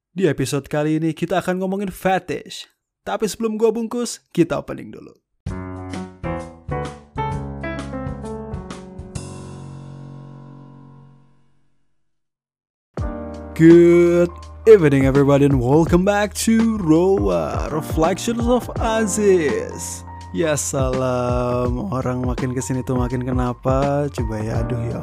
Di episode kali ini kita akan ngomongin fetish. Tapi sebelum gua bungkus, kita opening dulu. Good evening everybody and welcome back to Roa Reflections of Aziz. Ya salam, orang makin kesini tuh makin kenapa? Coba ya, aduh ya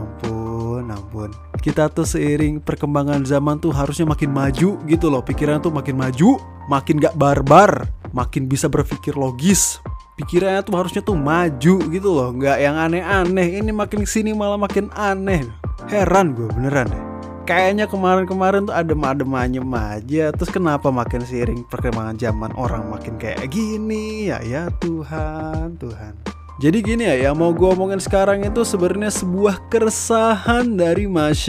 ampun. Kita tuh seiring perkembangan zaman tuh harusnya makin maju gitu loh. Pikiran tuh makin maju, makin gak barbar, makin bisa berpikir logis. Pikirannya tuh harusnya tuh maju gitu loh, gak yang aneh-aneh. Ini makin kesini malah makin aneh. Heran gue beneran deh. Kayaknya kemarin-kemarin tuh adem-adem aja. Terus kenapa makin seiring perkembangan zaman orang makin kayak gini? Ya Tuhan. Jadi gini ya, yang mau gue omongin sekarang itu sebenarnya sebuah keresahan dari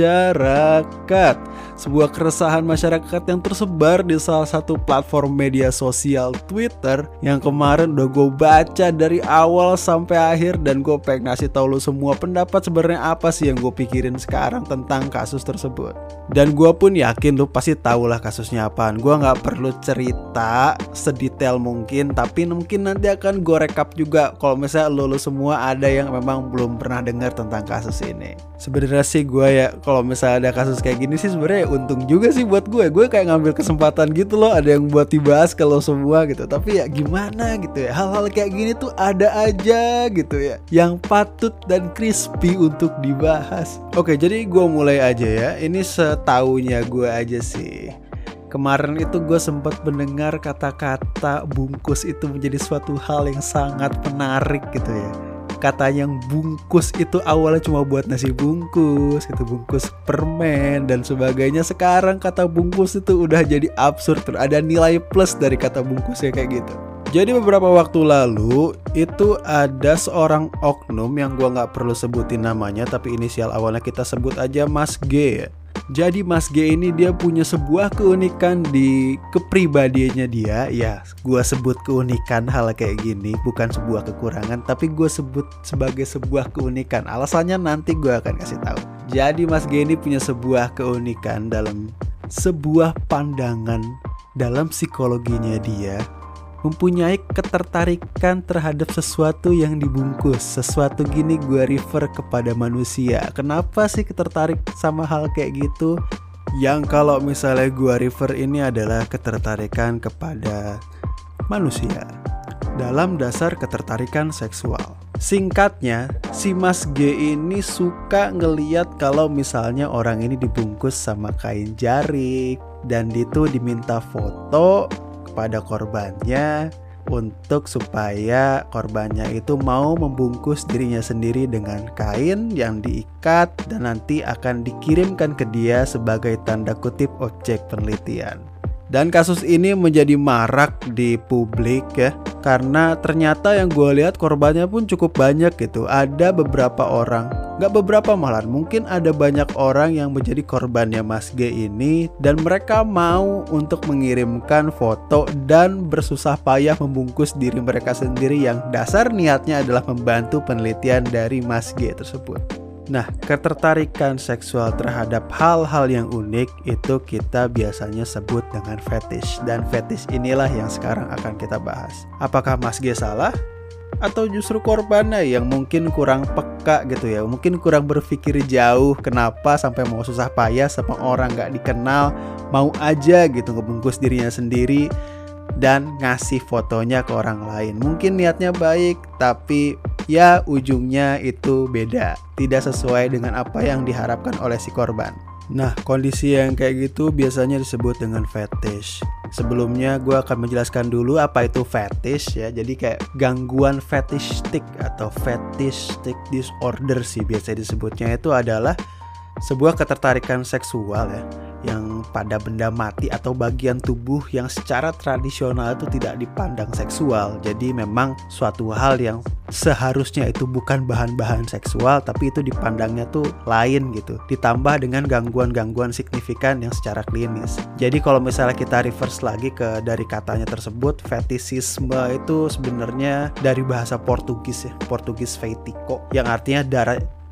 masyarakat. Sebuah keresahan masyarakat yang tersebar di salah satu platform media sosial Twitter, yang kemarin udah gue baca dari awal sampai akhir. Dan gue pengen ngasih tau lo semua pendapat sebenarnya apa sih yang gue pikirin sekarang tentang kasus tersebut. Dan gue pun yakin lo pasti tau lah kasusnya apaan. Gue gak perlu cerita sedetail mungkin, tapi mungkin nanti akan gue rekap juga kalau misalnya lo semua ada yang memang belum pernah dengar tentang kasus ini. Sebenarnya sih gue ya, kalau misalnya ada kasus kayak gini sih sebenarnya untung juga sih buat gue. Gue kayak ngambil kesempatan gitu loh, ada yang buat dibahas kalau semua gitu. Tapi ya gimana gitu ya, hal-hal kayak gini tuh ada aja gitu ya, yang patut dan crispy untuk dibahas. Oke, jadi gue mulai aja ya. Ini setaunya gue aja sih, kemarin itu gue sempat mendengar kata-kata bungkus itu menjadi suatu hal yang sangat menarik gitu ya. Katanya yang bungkus itu awalnya cuma buat nasi bungkus, itu bungkus permen dan sebagainya. Sekarang kata bungkus itu udah jadi absurd, ada nilai plus dari kata bungkusnya kayak gitu. Jadi beberapa waktu lalu itu ada seorang oknum yang gue gak perlu sebutin namanya, tapi inisial awalnya kita sebut aja Mas G ya. Jadi Mas G ini dia punya sebuah keunikan di kepribadiannya dia. Ya, gue sebut keunikan hal kayak gini, bukan sebuah kekurangan, tapi gue sebut sebagai sebuah keunikan. Alasannya nanti gue akan kasih tahu. Jadi Mas G ini punya sebuah keunikan dalam sebuah pandangan dalam psikologinya dia, mempunyai ketertarikan terhadap sesuatu yang dibungkus. Sesuatu gini gue refer kepada manusia. Kenapa sih ketertarik sama hal kayak gitu? Yang kalau misalnya gue refer ini adalah ketertarikan kepada manusia dalam dasar ketertarikan seksual. Singkatnya, si Mas G ini suka ngeliat kalau misalnya orang ini dibungkus sama kain jarik, dan itu diminta foto pada korbannya untuk supaya korbannya itu mau membungkus dirinya sendiri dengan kain yang diikat dan nanti akan dikirimkan ke dia sebagai tanda kutip objek penelitian. Dan kasus ini menjadi marak di publik ya, karena ternyata yang gue lihat korbannya pun cukup banyak gitu. Ada beberapa orang, gak beberapa malah, mungkin ada banyak orang yang menjadi korbannya Mas G ini, dan mereka mau untuk mengirimkan foto dan bersusah payah membungkus diri mereka sendiri, yang dasar niatnya adalah membantu penelitian dari Mas G tersebut. Nah, ketertarikan seksual terhadap hal-hal yang unik itu kita biasanya sebut dengan fetish. Dan fetish inilah yang sekarang akan kita bahas. Apakah Mas G salah? Atau justru korbannya yang mungkin kurang peka gitu ya, mungkin kurang berpikir jauh, kenapa sampai mau susah payah sama orang gak dikenal, mau aja gitu ngebungkus dirinya sendiri dan ngasih fotonya ke orang lain. Mungkin niatnya baik, tapi ya ujungnya itu beda, tidak sesuai dengan apa yang diharapkan oleh si korban. Nah, kondisi yang kayak gitu biasanya disebut dengan fetish. Sebelumnya gue akan menjelaskan dulu apa itu fetish ya. Jadi kayak gangguan fetishistik atau fetishistic disorder sih biasa disebutnya. Itu adalah sebuah ketertarikan seksual ya, yang pada benda mati atau bagian tubuh yang secara tradisional itu tidak dipandang seksual. Jadi memang suatu hal yang seharusnya itu bukan bahan-bahan seksual, tapi itu dipandangnya tuh lain gitu. Ditambah dengan gangguan-gangguan signifikan yang secara klinis. Jadi kalau misalnya kita reverse lagi ke dari katanya tersebut, fetisisme itu sebenarnya dari bahasa Portugis ya, Portugis feitiço, yang artinya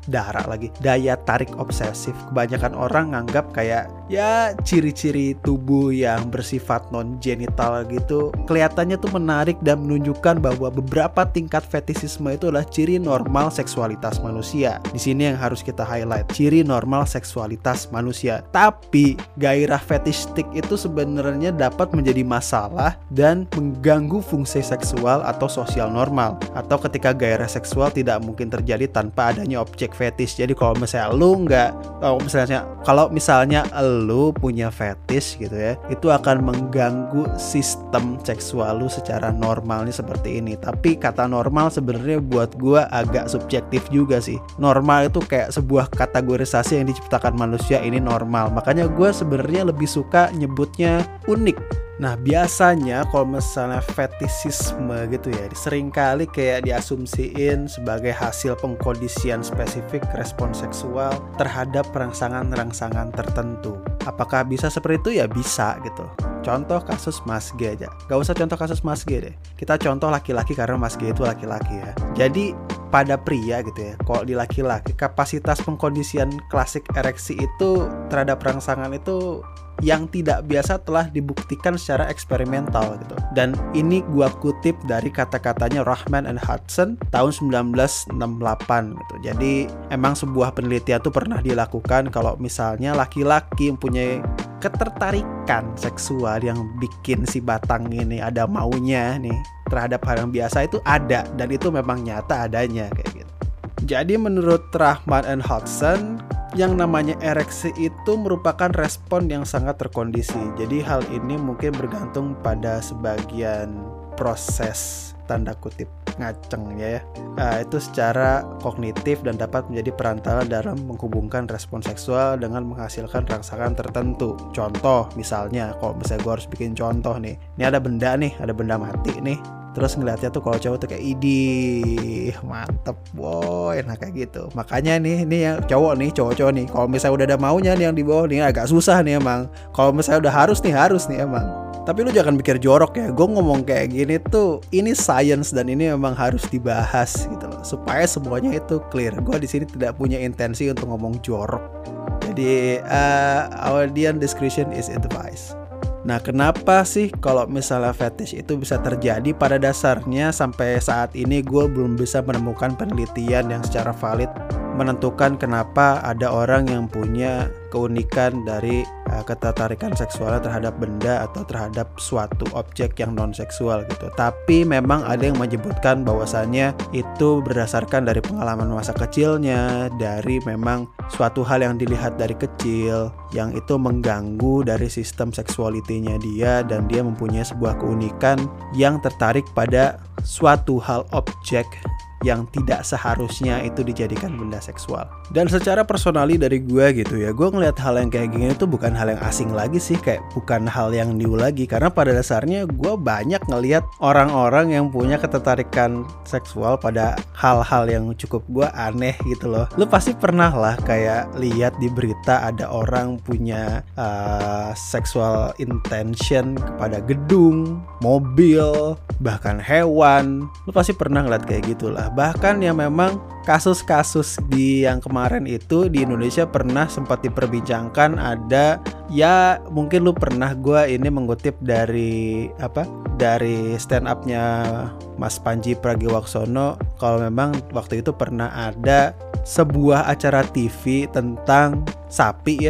daya tarik obsesif. Kebanyakan orang nganggap kayak ya ciri-ciri tubuh yang bersifat non genital gitu kelihatannya tuh menarik dan menunjukkan bahwa beberapa tingkat fetishisme itu adalah ciri normal seksualitas manusia. Di sini yang harus kita highlight, ciri normal seksualitas manusia. Tapi gairah fetishistik itu sebenarnya dapat menjadi masalah dan mengganggu fungsi seksual atau sosial normal. Atau ketika gairah seksual tidak mungkin terjadi tanpa adanya objek fetish. Jadi kalau misalnya lu punya fetish gitu ya, itu akan mengganggu sistem seksual lu secara normalnya seperti ini. Tapi kata normal sebenarnya buat gua agak subjektif juga sih. Normal itu kayak sebuah kategorisasi yang diciptakan manusia, ini normal. Makanya gua sebenarnya lebih suka nyebutnya unik. Nah biasanya kalau misalnya fetishisme gitu ya, seringkali kayak diasumsiin sebagai hasil pengkondisian spesifik respon seksual terhadap rangsangan-rangsangan tertentu. Apakah bisa seperti itu? Ya bisa gitu. Contoh kasus Mas G aja. Gak usah contoh kasus Mas G deh. Kita contoh laki-laki karena Mas G itu laki-laki ya. Jadi pada pria gitu ya, kalau di laki-laki kapasitas pengkondisian klasik ereksi itu terhadap rangsangan itu yang tidak biasa telah dibuktikan secara eksperimental gitu. Dan ini gua kutip dari kata-katanya Rahman and Hudson tahun 1968 gitu. Jadi emang sebuah penelitian tuh pernah dilakukan kalau misalnya laki-laki mempunyai ketertarikan seksual yang bikin si batang ini ada maunya nih terhadap hal yang biasa itu ada, dan itu memang nyata adanya kayak gitu. Jadi menurut Rahman and Hudson, yang namanya ereksi itu merupakan respon yang sangat terkondisi. Jadi hal ini mungkin bergantung pada sebagian proses tanda kutip ngaceng ya. Itu secara kognitif dan dapat menjadi perantara dalam menghubungkan respon seksual dengan menghasilkan rangsangan tertentu. Contoh misalnya, kalau misalnya gue harus bikin contoh nih. Ini ada benda mati nih. Terus ngeliatnya tuh kalau cowok tuh kayak idih mantep boy, nah kayak gitu. Makanya nih yang cowok nih kalau misalnya udah ada maunya nih yang di bawah nih agak susah nih emang. Kalau misalnya udah harus nih emang. Tapi lu jangan mikir jorok ya. Gue ngomong kayak gini tuh ini science dan ini memang harus dibahas gitu loh, supaya semuanya itu clear. Gue di sini tidak punya intensi untuk ngomong jorok. Jadi audience discretion is advised. Nah kenapa sih kalau misalnya fetish itu bisa terjadi? Pada dasarnya sampai saat ini gue belum bisa menemukan penelitian yang secara valid menentukan kenapa ada orang yang punya keunikan dari ketertarikan seksualnya terhadap benda atau terhadap suatu objek yang non seksual gitu. Tapi memang ada yang menyebutkan bahwasannya itu berdasarkan dari pengalaman masa kecilnya, dari memang suatu hal yang dilihat dari kecil yang itu mengganggu dari sistem seksualitinya dia, dan dia mempunyai sebuah keunikan yang tertarik pada suatu hal objek yang tidak seharusnya itu dijadikan benda seksual. Dan secara personally dari gue gitu ya, gue ngeliat hal yang kayak gini itu bukan hal yang asing lagi sih, kayak bukan hal yang new lagi. Karena pada dasarnya gue banyak ngeliat orang-orang yang punya ketertarikan seksual pada hal-hal yang cukup gue aneh gitu loh. Lu pasti pernah lah kayak lihat di berita ada orang punya sexual intention kepada gedung, mobil, bahkan hewan. Lu pasti pernah ngeliat kayak gitulah. Bahkan yang memang kasus-kasus di yang kemarin itu di Indonesia pernah sempat diperbincangkan. Ada ya mungkin lu pernah, gue ini mengutip dari stand up-nya Mas Panji Pragiwaksono, kalau memang waktu itu pernah ada sebuah acara TV tentang sapi.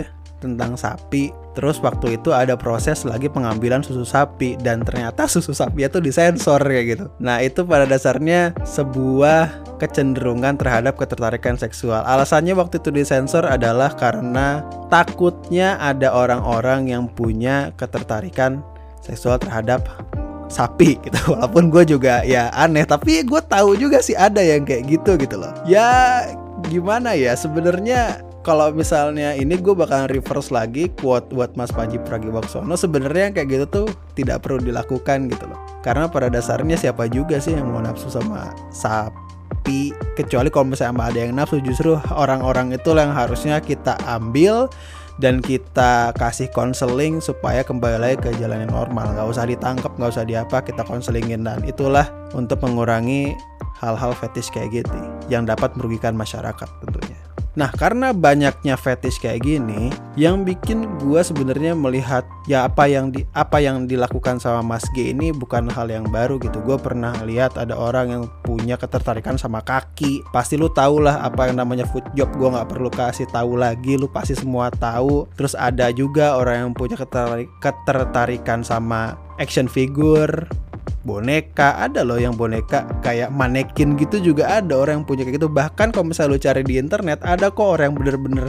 Terus waktu itu ada proses lagi pengambilan susu sapi, dan ternyata susu sapi itu disensor kayak gitu. Nah itu pada dasarnya sebuah kecenderungan terhadap ketertarikan seksual. Alasannya waktu itu disensor adalah karena takutnya ada orang-orang yang punya ketertarikan seksual terhadap sapi gitu. Walaupun gue juga ya aneh, tapi gue tahu juga sih ada yang kayak gitu loh. Ya gimana ya sebenarnya. Kalau misalnya ini gue bakal reverse lagi quote buat Mas Panji Pragiwaksono, sebenarnya kayak gitu tuh tidak perlu dilakukan gitu loh. Karena pada dasarnya siapa juga sih yang mau nafsu sama sapi, kecuali kalau misalnya ada yang nafsu. Justru orang-orang itu yang harusnya kita ambil dan kita kasih konseling supaya kembali lagi ke jalan yang normal. Gak usah ditangkap, gak usah diapa, kita konselingin. Dan itulah untuk mengurangi hal-hal fetish kayak gitu yang dapat merugikan masyarakat tentunya. Nah, karena banyaknya fetish kayak gini, yang bikin gue sebenarnya melihat ya apa yang dilakukan sama Mas G ini bukan hal yang baru gitu. Gue pernah lihat ada orang yang punya ketertarikan sama kaki. Pasti lu tau lah apa yang namanya foot job. Gue nggak perlu kasih tahu lagi, lu pasti semua tahu. Terus ada juga orang yang punya ketertarikan sama action figure, boneka. Ada loh yang boneka kayak manekin gitu juga ada orang yang punya kayak gitu. Bahkan kalau misalnya lu cari di internet, ada kok orang yang bener-bener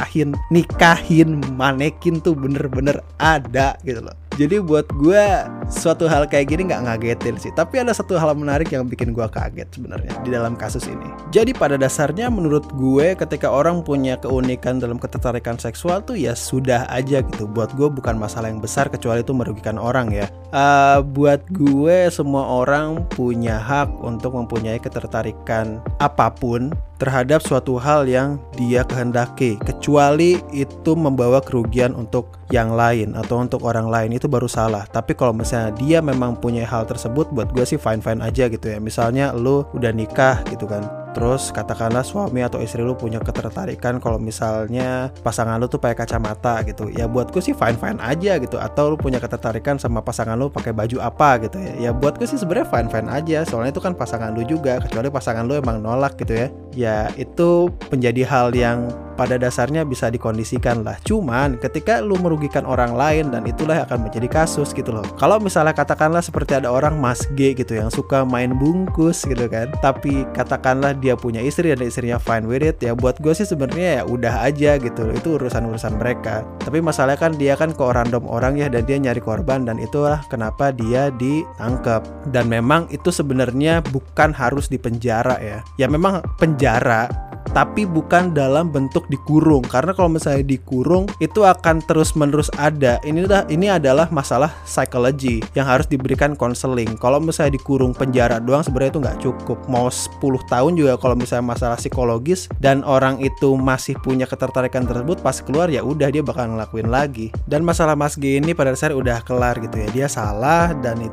nikahin manekin tuh, bener-bener ada gitu loh. Jadi buat gue suatu hal kayak gini nggak ngagetin sih. Tapi ada satu hal menarik yang bikin gue kaget sebenarnya di dalam kasus ini. Jadi pada dasarnya menurut gue ketika orang punya keunikan dalam ketertarikan seksual tuh ya sudah aja gitu. Buat gue bukan masalah yang besar kecuali itu merugikan orang ya. Buat gue semua orang punya hak untuk mempunyai ketertarikan apapun terhadap suatu hal yang dia kehendaki, kecuali itu membawa kerugian untuk yang lain atau untuk orang lain, itu baru salah. Tapi kalau misalnya dia memang punya hal tersebut, buat gue sih fine-fine aja gitu ya. Misalnya lu udah nikah gitu kan, terus katakanlah suami atau istri lu punya ketertarikan kalau misalnya pasangan lu tuh pakai kacamata gitu, ya buatku sih fine-fine aja gitu. Atau lu punya ketertarikan sama pasangan lu pakai baju apa gitu ya, ya buatku sih sebenarnya fine-fine aja. Soalnya itu kan pasangan lu juga, kecuali pasangan lu emang nolak gitu ya. Ya itu menjadi hal yang pada dasarnya bisa dikondisikan lah. Cuman ketika lu merugikan orang lain, dan itulah yang akan menjadi kasus gitu loh. Kalau misalnya katakanlah seperti ada orang Mas G gitu yang suka main bungkus gitu kan, tapi katakanlah dia punya istri dan istrinya fine with it, ya buat gue sih sebenarnya ya udah aja gitu. Itu urusan mereka. Tapi masalahnya kan dia kan ke random orang ya, dan dia nyari korban, dan itulah kenapa dia ditangkap. Dan memang itu sebenarnya bukan harus dipenjara ya. Ya memang penjara, tapi bukan dalam bentuk dikurung. Karena kalau misalnya dikurung itu akan terus-menerus ada. Ini adalah masalah psikologi yang harus diberikan konseling. Kalau misalnya dikurung penjara doang sebenarnya itu nggak cukup. Mau 10 tahun juga kalau misalnya masalah psikologis dan orang itu masih punya ketertarikan tersebut, pas keluar ya udah dia bakal ngelakuin lagi. Dan masalah Mas G ini pada dasarnya udah kelar gitu ya. Dia salah dan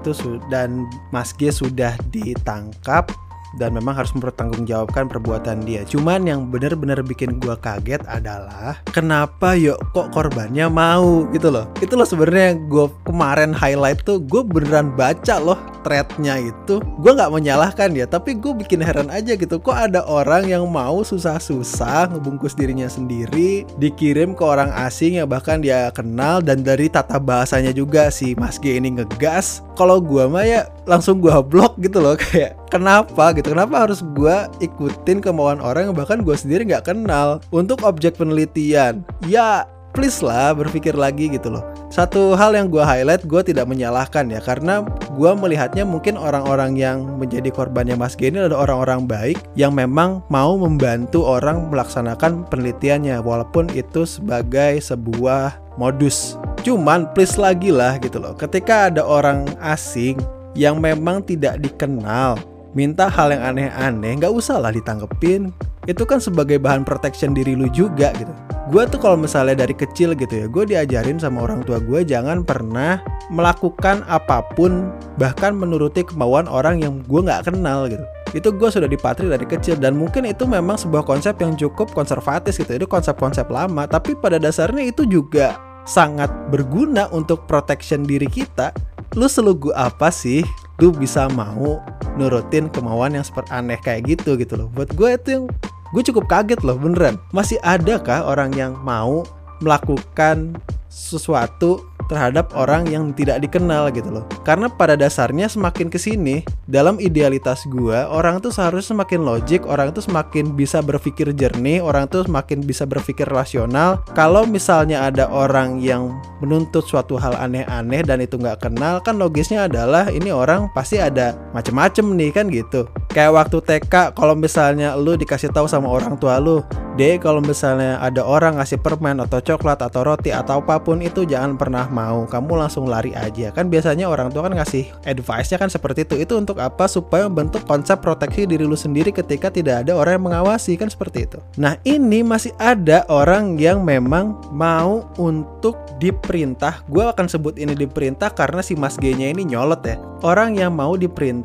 Mas G sudah ditangkap dan memang harus mempertanggungjawabkan perbuatan dia. Cuman yang benar-benar bikin gua kaget adalah kenapa kok korbannya mau gitu loh. Itu loh sebenarnya yang gua kemarin highlight tuh, gua beneran baca loh threadnya itu. Gua nggak menyalahkan ya, tapi gua bikin heran aja gitu. Kok ada orang yang mau susah-susah ngebungkus dirinya sendiri, dikirim ke orang asing yang bahkan dia kenal, dan dari tata bahasanya juga si Mas G ini ngegas. Kalau gua mah ya langsung gua blok gitu loh, kayak kenapa gitu, kenapa harus gue ikutin kemauan orang yang bahkan gue sendiri gak kenal untuk objek penelitian. Ya please lah, berpikir lagi gitu loh. Satu hal yang gue highlight, gue tidak menyalahkan ya, karena gue melihatnya mungkin orang-orang yang menjadi korbannya Mas G ini adalah orang-orang baik yang memang mau membantu orang melaksanakan penelitiannya, walaupun itu sebagai sebuah modus. Cuman please lagi lah gitu loh, ketika ada orang asing yang memang tidak dikenal minta hal yang aneh-aneh, gak usah lah ditangkepin. Itu kan sebagai bahan protection diri lu juga gitu. Gue tuh kalau misalnya dari kecil gitu ya, gue diajarin sama orang tua gue jangan pernah melakukan apapun, bahkan menuruti kemauan orang yang gue gak kenal gitu. Itu gue sudah dipatri dari kecil, dan mungkin itu memang sebuah konsep yang cukup konservatif gitu. Itu konsep-konsep lama, tapi pada dasarnya itu juga sangat berguna untuk protection diri kita. Lu selugu apa sih lu bisa mau nurutin kemauan yang seperti aneh kayak gitu loh. Buat gue itu yang gue cukup kaget loh, beneran. Masih ada kah orang yang mau melakukan sesuatu terhadap orang yang tidak dikenal gitu loh. Karena pada dasarnya semakin kesini, dalam idealitas gue, orang tuh seharusnya semakin logik, orang tuh semakin bisa berpikir jernih, orang tuh semakin bisa berpikir rasional. Kalau misalnya ada orang yang menuntut suatu hal aneh-aneh dan itu nggak kenal, kan logisnya adalah ini orang pasti ada macem-macem nih kan gitu. Kayak waktu TK, kalau misalnya lu dikasih tahu sama orang tua lu, Dek, kalau misalnya ada orang ngasih permen atau coklat atau roti atau apapun itu jangan pernah mau, kamu langsung lari aja. Kan biasanya orang tua kan ngasih advice-nya kan seperti itu. Itu untuk apa? Supaya membentuk konsep proteksi diri lu sendiri ketika tidak ada orang yang mengawasi, kan seperti itu. Nah ini masih ada orang yang memang mau untuk diperintah. Gue akan sebut ini diperintah karena si Mas G-nya ini nyolot ya. Orang yang mau diperintah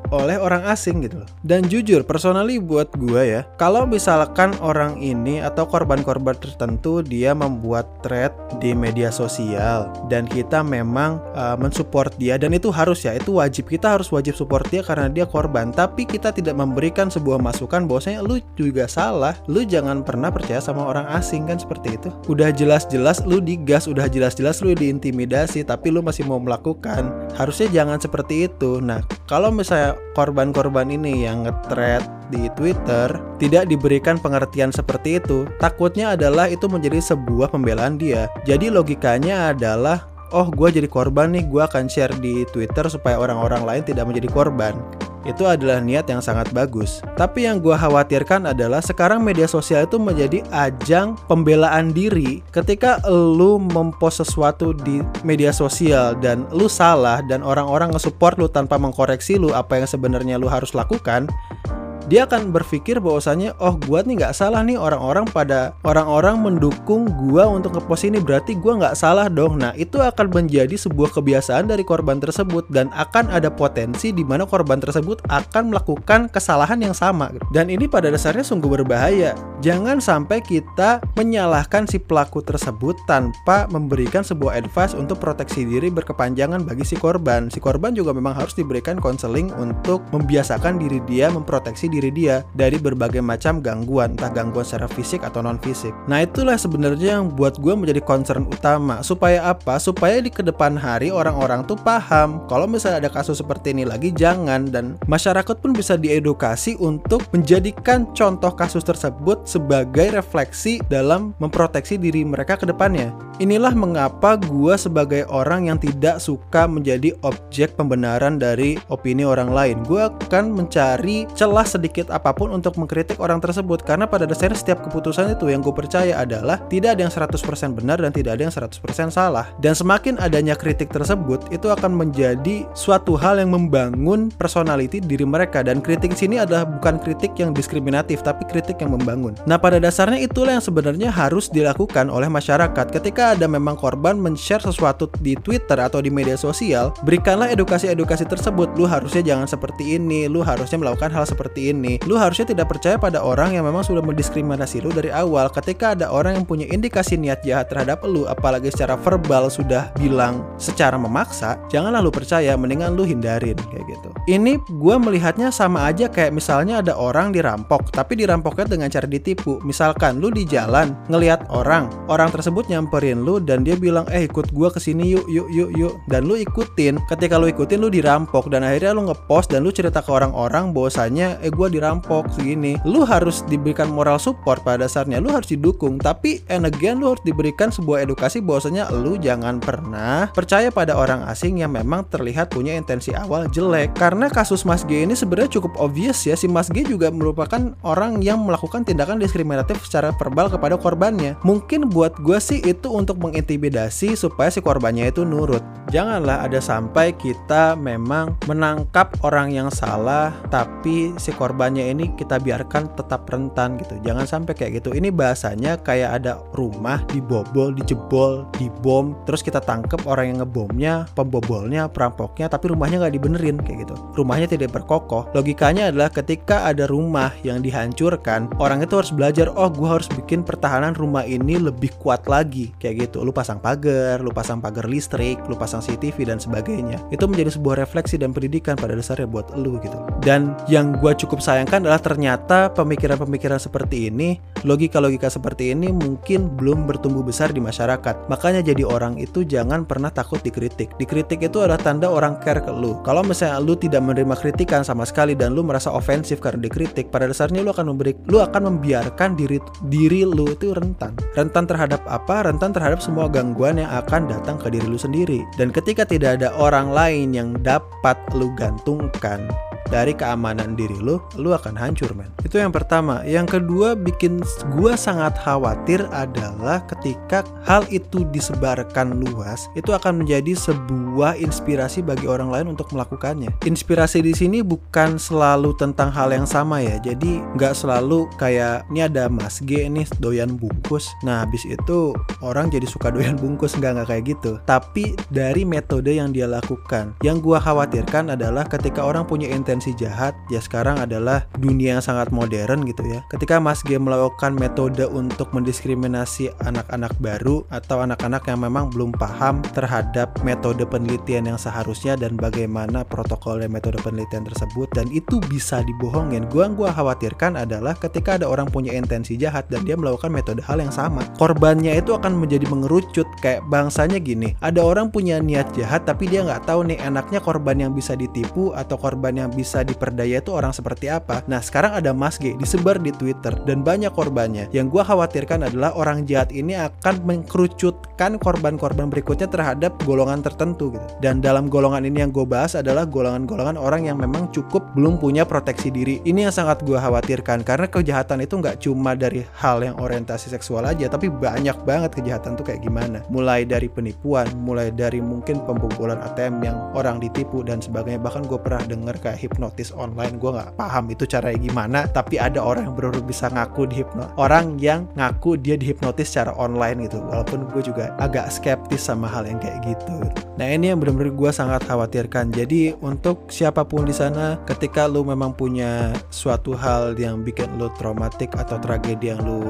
oleh orang asing gitu loh. Dan jujur, personally buat gue ya, kalau misalkan orang ini atau korban-korban tertentu dia membuat thread di media sosial dan kita memang mensupport dia, dan itu harus ya, itu wajib, kita harus wajib support dia karena dia korban, tapi kita tidak memberikan sebuah masukan bahwasanya lu juga salah, lu jangan pernah percaya sama orang asing, kan seperti itu. Udah jelas-jelas lu digas, udah jelas-jelas lu diintimidasi, tapi lu masih mau melakukan. Harusnya jangan seperti itu. Nah, kalau misalnya korban-korban ini yang nge-thread di Twitter tidak diberikan pengertian seperti itu, takutnya adalah itu menjadi sebuah pembelaan dia. Jadi logikanya adalah, oh gue jadi korban nih, gue akan share di Twitter supaya orang-orang lain tidak menjadi korban. Itu adalah niat yang sangat bagus. Tapi yang gue khawatirkan adalah sekarang media sosial itu menjadi ajang pembelaan diri. Ketika lu mempost sesuatu di media sosial dan lu salah dan orang-orang nge-support lu tanpa mengkoreksi lu apa yang sebenarnya lu harus lakukan, dia akan berpikir bahwasanya, oh gua nih nggak salah nih, orang-orang mendukung gua untuk ngepost ini, berarti gua nggak salah dong. Nah, itu akan menjadi sebuah kebiasaan dari korban tersebut dan akan ada potensi di mana korban tersebut akan melakukan kesalahan yang sama. Dan ini pada dasarnya sungguh berbahaya. Jangan sampai kita menyalahkan si pelaku tersebut tanpa memberikan sebuah advice untuk proteksi diri berkepanjangan bagi si korban. Si korban juga memang harus diberikan konseling untuk membiasakan diri dia memproteksi diri dia dari berbagai macam gangguan, entah gangguan secara fisik atau non fisik. Nah, itulah sebenarnya yang buat gue menjadi concern utama. Supaya apa? Supaya di kedepan hari orang-orang tuh paham kalau misalnya ada kasus seperti ini lagi, jangan, dan masyarakat pun bisa diedukasi untuk menjadikan contoh kasus tersebut sebagai refleksi dalam memproteksi diri mereka ke depannya. Inilah mengapa gue sebagai orang yang tidak suka menjadi objek pembenaran dari opini orang lain. Gue akan mencari celah sedikit apapun untuk mengkritik orang tersebut, karena pada dasarnya setiap keputusan itu yang gue percaya adalah tidak ada yang 100% benar dan tidak ada yang 100% salah. Dan semakin adanya kritik tersebut, itu akan menjadi suatu hal yang membangun personality diri mereka. Dan kritik sini adalah bukan kritik yang diskriminatif, tapi kritik yang membangun. Nah, pada dasarnya itulah yang sebenarnya harus dilakukan oleh masyarakat. Ketika ada memang korban men-share sesuatu di Twitter atau di media sosial, berikanlah edukasi-edukasi tersebut. Lu harusnya jangan seperti ini, lu harusnya melakukan hal seperti ini. Lu harusnya tidak percaya pada orang yang memang sudah mendiskriminasi lu dari awal. Ketika ada orang yang punya indikasi niat jahat terhadap lu, apalagi secara verbal sudah bilang secara memaksa, janganlah lu percaya, mendingan lu hindarin kayak gitu. Ini gue melihatnya sama aja kayak misalnya ada orang dirampok, tapi dirampoknya dengan cara ditipu. Misalkan lu di jalan ngelihat orang tersebut nyamperin lu dan dia bilang, ikut gue kesini yuk, dan lu ikutin. Ketika lu ikutin, lu dirampok, dan akhirnya lu ngepost dan lu cerita ke orang-orang bahwasanya gue dirampok segini. Lu harus diberikan moral support pada dasarnya, lu harus didukung. Tapi and again, lu harus diberikan sebuah edukasi bahwasanya lu jangan pernah percaya pada orang asing yang memang terlihat punya intensi awal jelek. Karena kasus Mas G ini sebenarnya cukup obvious ya, si Mas G juga merupakan orang yang melakukan tindakan diskriminatif secara verbal kepada korbannya. Mungkin buat gue sih itu untuk mengintimidasi supaya si korbannya itu nurut. Janganlah ada sampai kita memang menangkap orang yang salah tapi si korbannya ini kita biarkan tetap rentan gitu. Jangan sampai kayak gitu. Ini bahasanya kayak ada rumah dibobol, dijebol, dibom, terus kita tangkep orang yang ngebomnya, pembobolnya, perampoknya, tapi rumahnya nggak dibenerin kayak gitu. Rumahnya tidak berkokoh. Logikanya adalah ketika ada rumah yang dihancurkan, orang itu harus belajar, oh gue harus bikin pertahanan rumah ini lebih kuat lagi kayak gitu. Lu pasang pagar listrik, lu pasang CCTV dan sebagainya. Itu menjadi sebuah refleksi dan pendidikan pada dasarnya buat lu gitu. Dan yang gue cukup sayangkan adalah ternyata pemikiran-pemikiran seperti ini, logika-logika seperti ini mungkin belum bertumbuh besar di masyarakat. Makanya jadi orang itu jangan pernah takut dikritik. Dikritik itu adalah tanda orang care ke lu. Kalau misalnya lu tidak menerima kritikan sama sekali dan lu merasa ofensif karena dikritik, pada dasarnya lu akan membiarkan diri lu itu rentan. Rentan terhadap apa? Rentan terhadap semua gangguan yang akan datang ke diri lu sendiri. Dan ketika tidak ada orang lain yang dapat lu gantungkan dari keamanan diri lu akan hancur, men. Itu yang pertama. Yang kedua bikin gua sangat khawatir adalah ketika hal itu disebarkan luas, itu akan menjadi sebuah inspirasi bagi orang lain untuk melakukannya. Inspirasi di sini bukan selalu tentang hal yang sama ya. Jadi nggak selalu kayak ini ada Mas G nih doyan bungkus, nah habis itu orang jadi suka doyan bungkus, nggak kayak gitu. Tapi dari metode yang dia lakukan. Yang gua khawatirkan adalah ketika orang punya intensi intensi jahat, ya sekarang adalah dunia yang sangat modern gitu ya. Ketika Mas G melakukan metode untuk mendiskriminasi anak-anak baru atau anak-anak yang memang belum paham terhadap metode penelitian yang seharusnya dan bagaimana protokol dan metode penelitian tersebut, dan itu bisa dibohongin. Gua khawatirkan adalah ketika ada orang punya intensi jahat dan dia melakukan metode hal yang sama, korbannya itu akan menjadi mengerucut. Kayak bangsanya gini, ada orang punya niat jahat tapi dia nggak tahu nih enaknya korban yang bisa ditipu atau korban yang bisa diperdaya itu orang seperti apa. Nah sekarang ada Mas G disebar di Twitter dan banyak korbannya. Yang gue khawatirkan adalah orang jahat ini akan mengkerucutkan korban-korban berikutnya terhadap golongan tertentu gitu. Dan dalam golongan ini yang gue bahas adalah golongan-golongan orang yang memang cukup belum punya proteksi diri. Ini yang sangat gue khawatirkan, karena kejahatan itu nggak cuma dari hal yang orientasi seksual aja, tapi banyak banget kejahatan tuh kayak gimana. Mulai dari penipuan, mulai dari mungkin pembobolan ATM yang orang ditipu dan sebagainya. Bahkan gue pernah denger kayak hipnotis online. Gue nggak paham itu caranya gimana, tapi ada orang yang benar-benar bisa ngaku orang yang ngaku dia dihipnotis secara online gitu. Walaupun gue juga agak skeptis sama hal yang kayak gitu. Nah ini yang benar-benar gue sangat khawatirkan. Jadi untuk siapapun di sana, ketika lu memang punya suatu hal yang bikin lu traumatik atau tragedi yang lu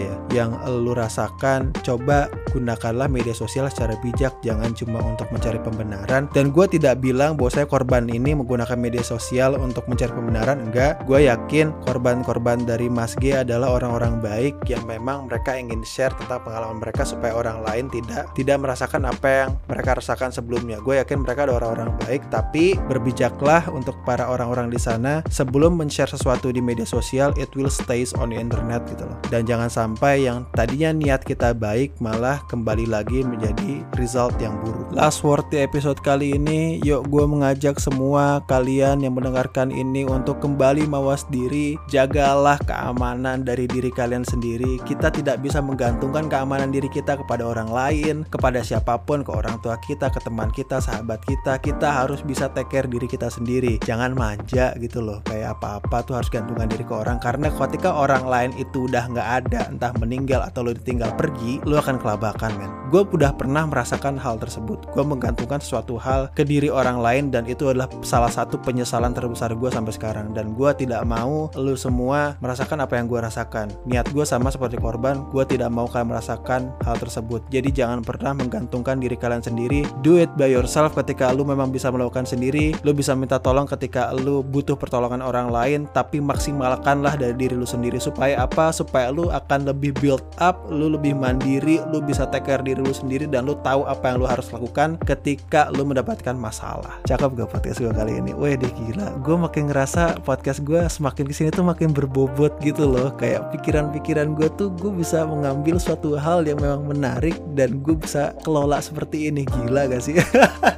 rasakan, coba gunakanlah media sosial secara bijak, jangan cuma untuk mencari pembenaran. Dan gue tidak bilang bahwa saya korban ini menggunakan media sosial untuk mencari pembenaran, enggak. Gue yakin korban-korban dari Mas G adalah orang-orang baik yang memang mereka ingin share tentang pengalaman mereka supaya orang lain tidak merasakan apa yang mereka rasakan sebelumnya. Gue yakin mereka ada orang-orang baik, tapi berbijaklah untuk para orang-orang di sana sebelum men-share sesuatu di media sosial, it will stays on the internet gitu loh. Dan jangan sampai yang tadinya niat kita baik malah kembali lagi menjadi result yang buruk. Last word di episode kali ini, yuk gue mengajak semua kalian yang mendengarkan ini untuk kembali mawas diri. Jagalah keamanan dari diri kalian sendiri. Kita tidak bisa menggantungkan keamanan diri kita kepada orang lain, kepada siapapun, ke orang tua kita, ke teman kita, sahabat kita. Kita harus bisa take care diri kita sendiri. Jangan manja gitu loh, kayak apa-apa tuh harus gantungan diri ke orang. Karena ketika orang lain itu udah nggak ada, entah meninggal atau lo ditinggal pergi, lo akan kelabakan men. Gue udah pernah merasakan hal tersebut. Gue menggantungkan suatu hal ke diri orang lain, dan itu adalah salah satu penyesalan terbesar gue sampai sekarang. Dan gue tidak mau lo semua merasakan apa yang gue rasakan. Niat gue sama seperti korban, gue tidak mau kalian merasakan hal tersebut. Jadi jangan pernah menggantungkan diri kalian sendiri. Do it by yourself ketika lo memang bisa melakukan sendiri. Lo bisa minta tolong ketika lo butuh pertolongan orang lain, tapi maksimalkanlah dari diri lo sendiri. Supaya apa? Supaya lo akan lebih build up, lo lebih mandiri, lo bisa take care diri lo sendiri, dan lo tahu apa yang lo harus lakukan ketika lo mendapatkan masalah. Cakep gak podcast gue kali ini? Wih deh gila, gue makin ngerasa podcast gue semakin kesini tuh makin berbobot gitu loh. Kayak pikiran-pikiran gue tuh, gue bisa mengambil suatu hal yang memang menarik dan gue bisa kelola seperti ini. Gila gak sih?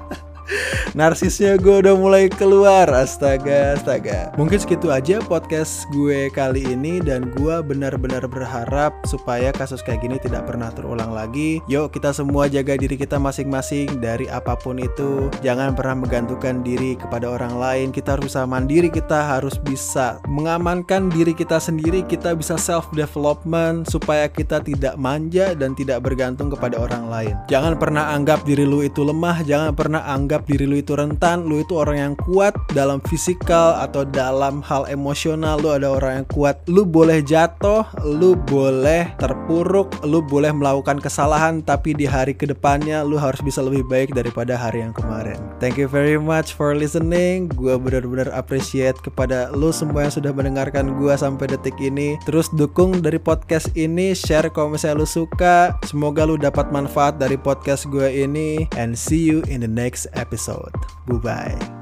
Narsisnya gue udah mulai keluar. Astaga. Mungkin segitu aja podcast gue kali ini, dan gue benar-benar berharap supaya kasus kayak gini tidak pernah terulang lagi. Yuk kita semua jaga diri kita masing-masing dari apapun itu. Jangan pernah menggantungkan diri kepada orang lain. Kita harus bisa mandiri, kita harus bisa mengamankan diri kita sendiri. Kita bisa self development supaya kita tidak manja dan tidak bergantung kepada orang lain. Jangan pernah anggap diri lu itu lemah. Jangan pernah anggap diri lu itu rentan. Lu itu orang yang kuat dalam fisikal atau dalam hal emosional. Lu ada orang yang kuat. Lu boleh jatuh, lu boleh terpuruk, lu boleh melakukan kesalahan, tapi di hari kedepannya lu harus bisa lebih baik daripada hari yang kemarin. Thank you very much for listening. Gue benar-benar appreciate kepada lu semua yang sudah mendengarkan gue sampai detik ini. Terus dukung dari podcast ini, share kalau misalnya lu suka. Semoga lu dapat manfaat dari podcast gue ini, and see you in the next episode. Bye-bye.